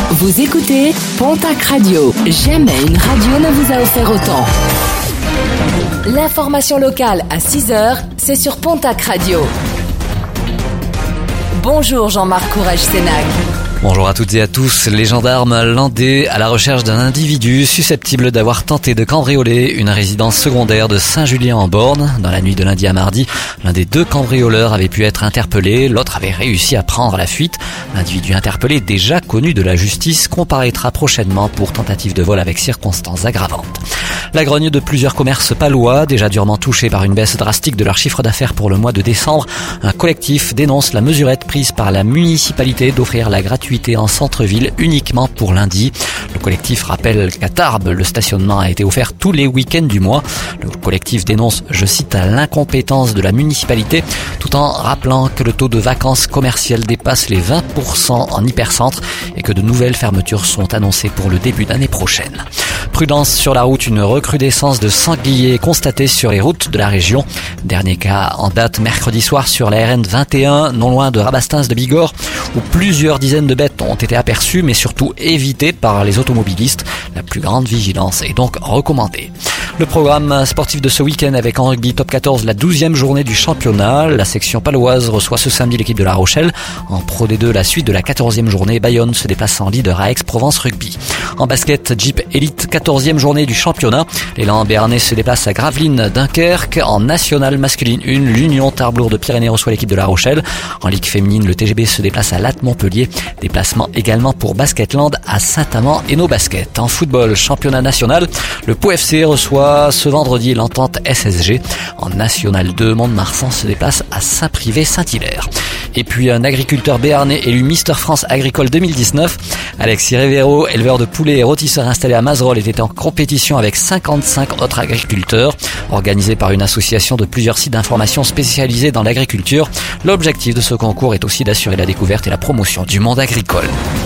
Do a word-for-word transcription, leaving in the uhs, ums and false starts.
Vous écoutez Pontac Radio. Jamais une radio ne vous a offert autant. L'information locale à six heures, c'est sur Pontac Radio. Bonjour Jean-Marc Courage-Sénac. Bonjour à toutes et à tous. Les gendarmes landais à la recherche d'un individu susceptible d'avoir tenté de cambrioler une résidence secondaire de Saint-Julien-en-Borne. Dans la nuit de lundi à mardi, l'un des deux cambrioleurs avait pu être interpellé, l'autre avait réussi à prendre la fuite. L'individu interpellé, déjà connu de la justice, comparaîtra prochainement pour tentative de vol avec circonstances aggravantes. La grogne de plusieurs commerces palois, déjà durement touchés par une baisse drastique de leur chiffre d'affaires pour le mois de décembre. Un collectif dénonce la mesurette prise par la municipalité d'offrir la gratuité en centre-ville uniquement pour lundi. Le collectif rappelle qu'à Tarbes, le stationnement a été offert tous les week-ends du mois. Le collectif dénonce, je cite, l'incompétence de la municipalité, tout en rappelant que le taux de vacances commerciales dépasse les vingt pour cent en hypercentre et que de nouvelles fermetures sont annoncées pour le début d'année prochaine. Prudence sur la route, une recrudescence de sangliers constatée sur les routes de la région. Dernier cas en date mercredi soir sur la R N vingt et un, non loin de Rabastens de Bigorre, où plusieurs dizaines de bêtes ont été aperçues, mais surtout évitées par les automobilistes. La plus grande vigilance est donc recommandée. Le programme sportif de ce week-end avec en rugby top quatorze la douzième journée du championnat. La section paloise reçoit ce samedi l'équipe de La Rochelle. En Pro D deux, la suite de la quatorzième journée, Bayonne se déplace en leader à Aix-Provence Rugby. En basket, Jeep Elite, quatorzième journée du championnat. L'élan Béarnais se déplace à Gravelines, Dunkerque. En nationale masculine un, l'Union Tarbes de Pyrénées reçoit l'équipe de La Rochelle. En ligue féminine, le T G B se déplace à Latte Montpellier. Déplacement également pour Basketland à Saint-Amand et nos baskets. En football, championnat national, le Pau F C reçoit ce vendredi l'entente S S G. En National deux, Mont-de-Marsan se déplace à Saint-Privé-Saint-Hilaire. Et puis un agriculteur béarnais élu Mister France Agricole deux mille dix-neuf. Alexis Rivero, éleveur de poulets et rôtisseur installé à Mazerolles, était en compétition avec cinquante-cinq autres agriculteurs. Organisé par une association de plusieurs sites d'information spécialisés dans l'agriculture, l'objectif de ce concours est aussi d'assurer la découverte et la promotion du monde agricole.